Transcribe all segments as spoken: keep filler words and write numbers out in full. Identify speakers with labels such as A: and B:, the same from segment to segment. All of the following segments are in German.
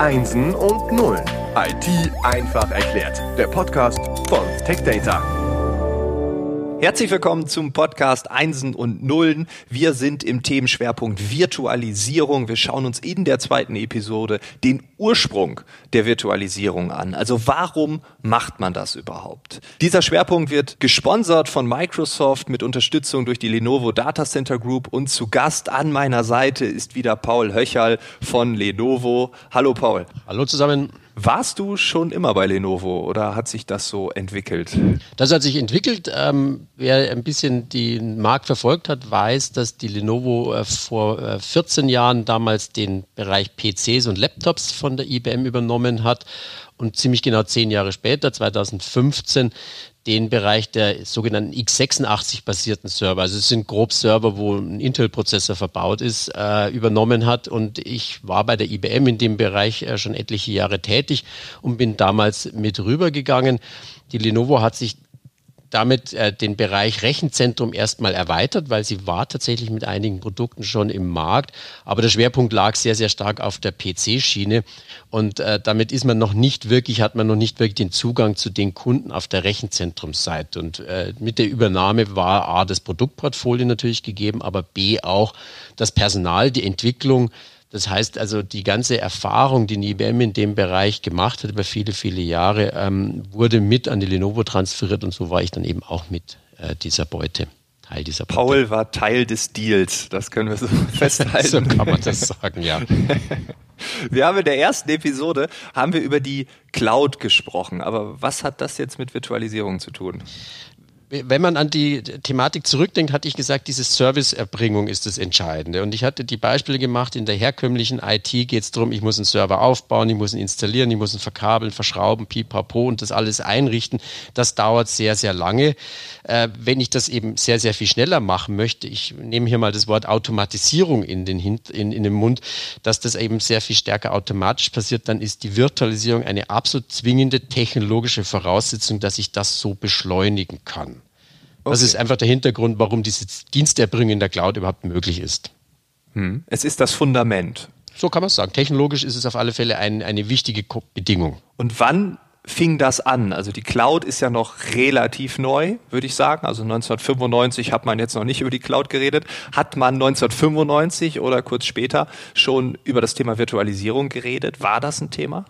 A: Einsen und Nullen. I T einfach erklärt. Der Podcast von TechData.
B: Herzlich willkommen zum Podcast Einsen und Nullen. Wir sind im Themenschwerpunkt Virtualisierung. Wir schauen uns in der zweiten Episode den Ursprung der Virtualisierung an. Also warum macht man das überhaupt? Dieser Schwerpunkt wird gesponsert von Microsoft mit Unterstützung durch die Lenovo Data Center Group und zu Gast an meiner Seite ist wieder Paul Höcherl von Lenovo. Hallo Paul.
C: Hallo zusammen.
B: Warst du schon immer bei Lenovo oder hat sich das so entwickelt?
C: Das hat sich entwickelt. Ähm, wer ein bisschen den Markt verfolgt hat, weiß, dass die Lenovo äh, vor äh, vierzehn Jahren damals den Bereich P Cs und Laptops von der I B M übernommen hat und ziemlich genau zehn Jahre später, zweitausendfünfzehn, den Bereich der sogenannten x sechsundachtzig basierten Server, also es sind grob Server, wo ein Intel-Prozessor verbaut ist, äh, übernommen hat. Und ich war bei der I B M in dem Bereich äh, schon etliche Jahre tätig und bin damals mit rübergegangen. Die Lenovo hat sich damit äh, den Bereich Rechenzentrum erstmal erweitert, weil sie war tatsächlich mit einigen Produkten schon im Markt, aber der Schwerpunkt lag sehr, sehr stark auf der P C-Schiene und äh, damit ist man noch nicht wirklich, hat man noch nicht wirklich den Zugang zu den Kunden auf der Rechenzentrumsseite und äh, mit der Übernahme war A, das Produktportfolio natürlich gegeben, aber B, auch das Personal, die Entwicklung. Das heißt also, die ganze Erfahrung, die die I B M in dem Bereich gemacht hat über viele, viele Jahre, ähm, wurde mit an die Lenovo transferiert und so war ich dann eben auch mit äh, dieser Beute, Teil dieser Beute.
B: Paul war Teil des Deals, das können wir so festhalten.
C: So kann man das sagen, ja.
B: Wir haben in der ersten Episode haben wir über die Cloud gesprochen, aber was hat das jetzt mit Virtualisierung zu tun?
C: Wenn man an die Thematik zurückdenkt, hatte ich gesagt, diese Serviceerbringung ist das Entscheidende. Und ich hatte die Beispiele gemacht, in der herkömmlichen I T geht es darum, ich muss einen Server aufbauen, ich muss ihn installieren, ich muss ihn verkabeln, verschrauben, pipapo und das alles einrichten. Das dauert sehr, sehr lange. Äh, wenn ich das eben sehr, sehr viel schneller machen möchte, ich nehme hier mal das Wort Automatisierung in den, Hint- in, in den Mund, dass das eben sehr viel stärker automatisch passiert, dann ist die Virtualisierung eine absolut zwingende technologische Voraussetzung, dass ich das so beschleunigen kann. Das
B: Okay.
C: ist einfach der Hintergrund, warum diese Diensterbringung in der Cloud überhaupt möglich ist.
B: Hm. Es ist das Fundament.
C: So kann man es sagen. Technologisch ist es auf alle Fälle ein, eine wichtige Ko- Bedingung.
B: Und wann fing das an? Also die Cloud ist ja noch relativ neu, würde ich sagen. Also neunzehnhundertfünfundneunzig hat man jetzt noch nicht über die Cloud geredet. Hat man neunzehnhundertfünfundneunzig oder kurz später schon über das Thema Virtualisierung geredet? War das ein Thema?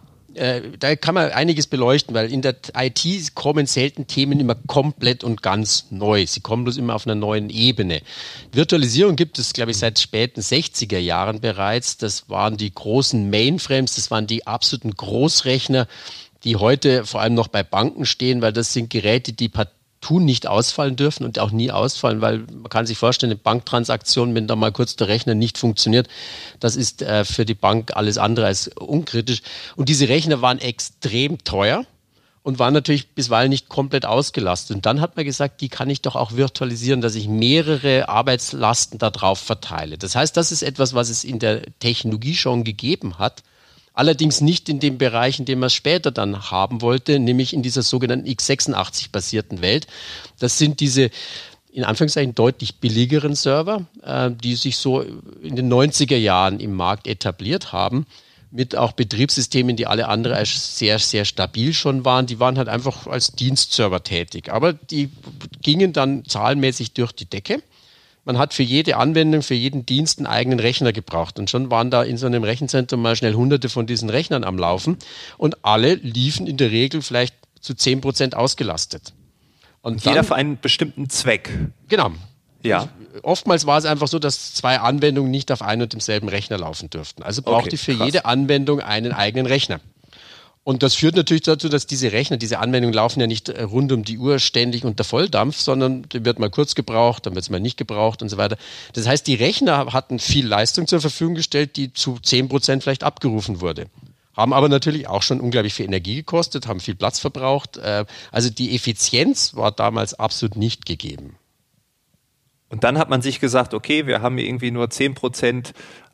C: Da kann man einiges beleuchten, weil in der I T kommen selten Themen immer komplett und ganz neu. Sie kommen bloß immer auf einer neuen Ebene. Virtualisierung gibt es, glaube ich, seit späten sechziger Jahren bereits. Das waren die großen Mainframes, das waren die absoluten Großrechner, die heute vor allem noch bei Banken stehen, weil das sind Geräte, die partout nicht ausfallen dürfen und auch nie ausfallen, weil man kann sich vorstellen, eine Banktransaktion, wenn da mal kurz der Rechner nicht funktioniert, das ist äh, für die Bank alles andere als unkritisch. Und diese Rechner waren extrem teuer und waren natürlich bisweilen nicht komplett ausgelastet. Und dann hat man gesagt, die kann ich doch auch virtualisieren, dass ich mehrere Arbeitslasten darauf verteile. Das heißt, das ist etwas, was es in der Technologie schon gegeben hat. Allerdings nicht in dem Bereich, in dem man es später dann haben wollte, nämlich in dieser sogenannten x sechsundachtzig basierten Welt. Das sind diese in Anführungszeichen deutlich billigeren Server, äh, die sich so in den neunziger Jahren im Markt etabliert haben, mit auch Betriebssystemen, die alle andere als sehr, sehr stabil schon waren. Die waren halt einfach als Dienstserver tätig, aber die gingen dann zahlenmäßig durch die Decke. Man hat für jede Anwendung, für jeden Dienst einen eigenen Rechner gebraucht. Und schon waren da in so einem Rechenzentrum mal schnell hunderte von diesen Rechnern am Laufen. Und alle liefen in der Regel vielleicht zu zehn Prozent ausgelastet. Und
B: Jeder
C: dann,
B: für einen bestimmten Zweck.
C: Genau.
B: Ja.
C: Oftmals war es einfach so, dass zwei Anwendungen nicht auf einem und demselben Rechner laufen dürften. Also brauchte
B: Okay,
C: ich für
B: krass.
C: jede Anwendung einen eigenen Rechner. Und das führt natürlich dazu, dass diese Rechner, diese Anwendungen laufen ja nicht rund um die Uhr ständig unter Volldampf, sondern die wird mal kurz gebraucht, dann wird es mal nicht gebraucht und so weiter. Das heißt, die Rechner hatten viel Leistung zur Verfügung gestellt, die zu zehn Prozent vielleicht abgerufen wurde. Haben aber natürlich auch schon unglaublich viel Energie gekostet, haben viel Platz verbraucht. Also die Effizienz war damals absolut nicht gegeben.
B: Und dann hat man sich gesagt, okay, wir haben irgendwie nur zehn Prozent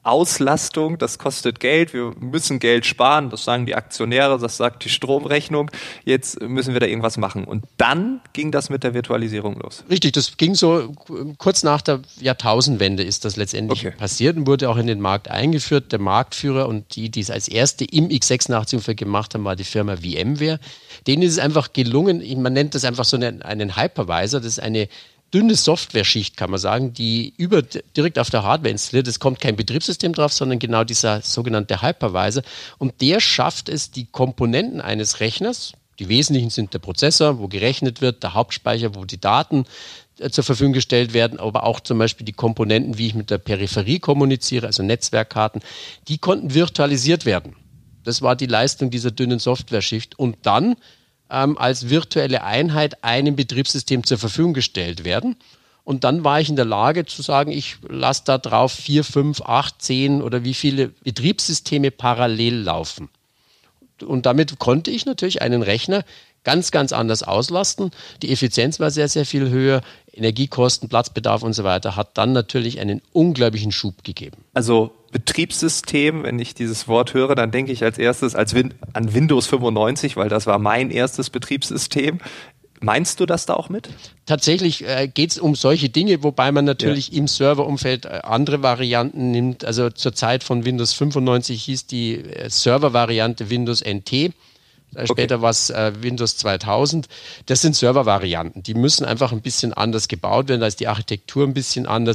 B: Auslastung, das kostet Geld, wir müssen Geld sparen, das sagen die Aktionäre, das sagt die Stromrechnung, jetzt müssen wir da irgendwas machen. Und dann ging das mit der Virtualisierung los.
C: Richtig, das ging so kurz nach der Jahrtausendwende ist das letztendlich okay. passiert und wurde auch in den Markt eingeführt. Der Marktführer und die, die es als erste im x sechsundachtzig-Umfeld gemacht haben, war die Firma VMware. Denen ist es einfach gelungen, man nennt das einfach so einen, einen Hypervisor, das ist eine dünne Software-Schicht, kann man sagen, die über, direkt auf der Hardware installiert. Es kommt kein Betriebssystem drauf, sondern genau dieser sogenannte Hypervisor. Und der schafft es, die Komponenten eines Rechners, die wesentlichen sind der Prozessor, wo gerechnet wird, der Hauptspeicher, wo die Daten äh, zur Verfügung gestellt werden, aber auch zum Beispiel die Komponenten, wie ich mit der Peripherie kommuniziere, also Netzwerkkarten, die konnten virtualisiert werden. Das war die Leistung dieser dünnen Software-Schicht. Und dann ähm, als virtuelle Einheit einem Betriebssystem zur Verfügung gestellt werden. Und dann war ich in der Lage zu sagen, ich lasse da drauf vier, fünf, acht, zehn oder wie viele Betriebssysteme parallel laufen. Und damit konnte ich natürlich einen Rechner ganz, ganz anders auslasten. Die Effizienz war sehr, sehr viel höher. Energiekosten, Platzbedarf und so weiter hat dann natürlich einen unglaublichen Schub gegeben.
B: Also Betriebssystem, wenn ich dieses Wort höre, dann denke ich als erstes als Win- an Windows fünfundneunzig, weil das war mein erstes Betriebssystem. Meinst du das da auch mit?
C: Tatsächlich äh, geht es um solche Dinge, wobei man natürlich ja. im Serverumfeld äh, andere Varianten nimmt. Also zur Zeit von Windows fünfundneunzig hieß die äh, Server-Variante Windows N T. Später okay. war es äh, Windows zweitausend. Das sind Server-Varianten. Die müssen einfach ein bisschen anders gebaut werden. Da ist die Architektur ein bisschen anders.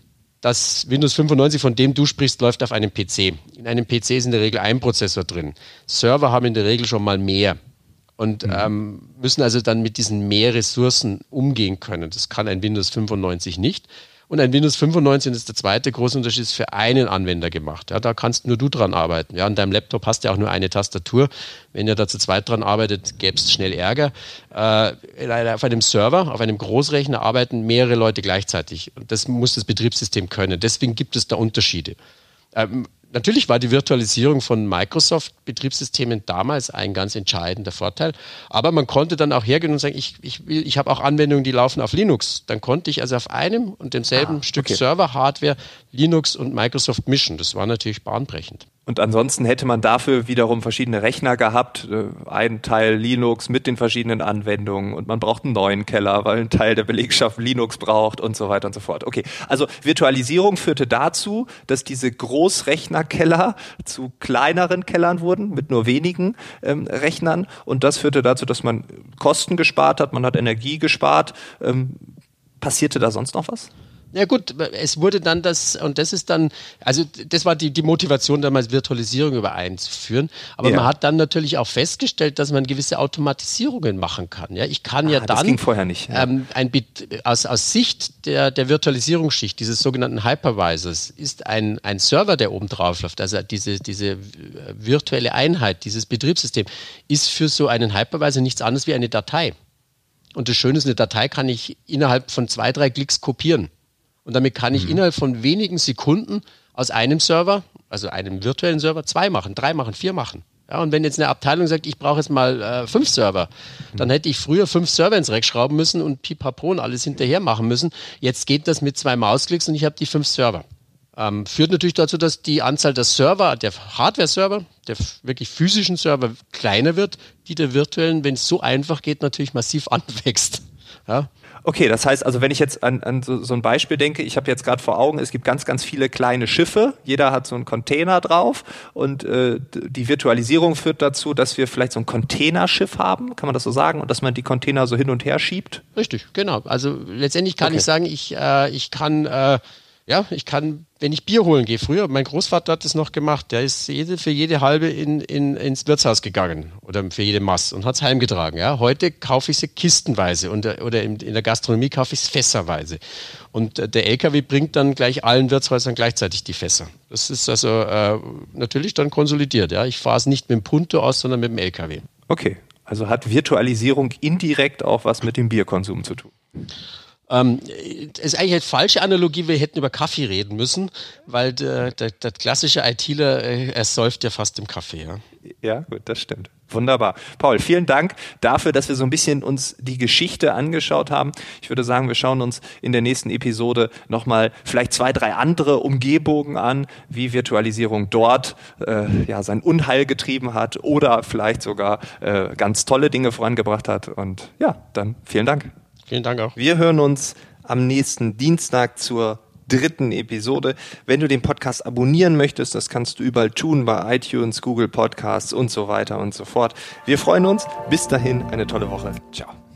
C: Das Windows fünfundneunzig, von dem du sprichst, läuft auf einem P C. In einem P C ist in der Regel ein Prozessor drin. Server haben in der Regel schon mal mehr und mhm. ähm, müssen also dann mit diesen mehr Ressourcen umgehen können. Das kann ein Windows fünfundneunzig nicht. Und ein Windows fünfundneunzig, das ist der zweite große Unterschied, ist für einen Anwender gemacht. Ja, da kannst nur du dran arbeiten. Ja, an deinem Laptop hast du ja auch nur eine Tastatur. Wenn ihr da zu zweit dran arbeitet, gäbe es schnell Ärger. Äh, auf einem Server, auf einem Großrechner arbeiten mehrere Leute gleichzeitig. Und das muss das Betriebssystem können. Deswegen gibt es da Unterschiede. Ähm, Natürlich war die Virtualisierung von Microsoft-Betriebssystemen damals ein ganz entscheidender Vorteil, aber man konnte dann auch hergehen und sagen, ich, ich, will, ich habe auch Anwendungen, die laufen auf Linux. Dann konnte ich also auf einem und demselben ah, Stück okay. Server-Hardware Linux und Microsoft mischen. Das war natürlich bahnbrechend.
B: Und ansonsten hätte man dafür wiederum verschiedene Rechner gehabt, ein Teil Linux mit den verschiedenen Anwendungen und man braucht einen neuen Keller, weil ein Teil der Belegschaft Linux braucht und so weiter und so fort. Okay, also Virtualisierung führte dazu, dass diese Großrechnerkeller zu kleineren Kellern wurden, mit nur wenigen ähm, Rechnern und das führte dazu, dass man Kosten gespart hat, man hat Energie gespart. Ähm, passierte da sonst noch was?
C: Ja gut, es wurde dann das, und das ist dann, also das war die, die Motivation damals, Virtualisierung übereinzuführen, aber ja. man hat dann natürlich auch festgestellt, dass man gewisse Automatisierungen machen kann. Ja, ich kann ah, ja dann,
B: das ging vorher nicht, ja.
C: ähm, ein, aus, aus Sicht der, der Virtualisierungsschicht, dieses sogenannten Hypervisors, ist ein, ein Server, der oben drauf läuft, also diese, diese virtuelle Einheit, dieses Betriebssystem, ist für so einen Hypervisor nichts anderes wie eine Datei. Und das Schöne ist, eine Datei kann ich innerhalb von zwei, drei Klicks kopieren. Und damit kann ich mhm. innerhalb von wenigen Sekunden aus einem Server, also einem virtuellen Server, zwei machen, drei machen, vier machen. Ja, und wenn jetzt eine Abteilung sagt, ich brauche jetzt mal äh, fünf Server, mhm. dann hätte ich früher fünf Server ins Rack schrauben müssen und pipapo und alles hinterher machen müssen. Jetzt geht das mit zwei Mausklicks und ich habe die fünf Server. Ähm, führt natürlich dazu, dass die Anzahl der Server, der Hardware-Server, der wirklich physischen Server kleiner wird, die der virtuellen, wenn es so einfach geht, natürlich massiv anwächst. Ja.
B: Okay, das heißt also, wenn ich jetzt an, an so, so ein Beispiel denke, ich habe jetzt gerade vor Augen, es gibt ganz, ganz viele kleine Schiffe, jeder hat so einen Container drauf und äh, die Virtualisierung führt dazu, dass wir vielleicht so ein Containerschiff haben, kann man das so sagen, und dass man die Container so hin und her schiebt?
C: Richtig, genau. Also letztendlich kann
B: okay.
C: ich sagen, ich, äh, ich kann... Äh, Ja, ich kann, wenn ich Bier holen gehe, früher, mein Großvater hat das noch gemacht, der ist jede, für jede halbe in, in, ins Wirtshaus gegangen oder für jede Maß und hat es heimgetragen. Ja. Heute kaufe ich sie kistenweise und, oder in, in der Gastronomie kaufe ich es fässerweise. Und äh, der L K W bringt dann gleich allen Wirtshäusern gleichzeitig die Fässer. Das ist also äh, natürlich dann konsolidiert. Ja. Ich fahre es nicht mit dem Punto aus, sondern mit dem L K W.
B: Okay, also hat Virtualisierung indirekt auch was mit dem Bierkonsum zu tun?
C: Ähm, das ist eigentlich eine falsche Analogie, wir hätten über Kaffee reden müssen, weil der, der, der klassische ITler, äh, er säuft ja fast im Kaffee. Ja.
B: Ja, gut, das stimmt. Wunderbar. Paul, vielen Dank dafür, dass wir so ein bisschen uns die Geschichte angeschaut haben. Ich würde sagen, wir schauen uns in der nächsten Episode nochmal vielleicht zwei, drei andere Umgebungen an, wie Virtualisierung dort äh, ja, sein Unheil getrieben hat oder vielleicht sogar äh, ganz tolle Dinge vorangebracht hat. Und ja, dann vielen Dank.
C: Vielen Dank auch.
B: Wir hören uns am nächsten Dienstag zur dritten Episode. Wenn du den Podcast abonnieren möchtest, das kannst du überall tun, bei iTunes, Google Podcasts und so weiter und so fort. Wir freuen uns. Bis dahin, eine tolle Woche. Ciao.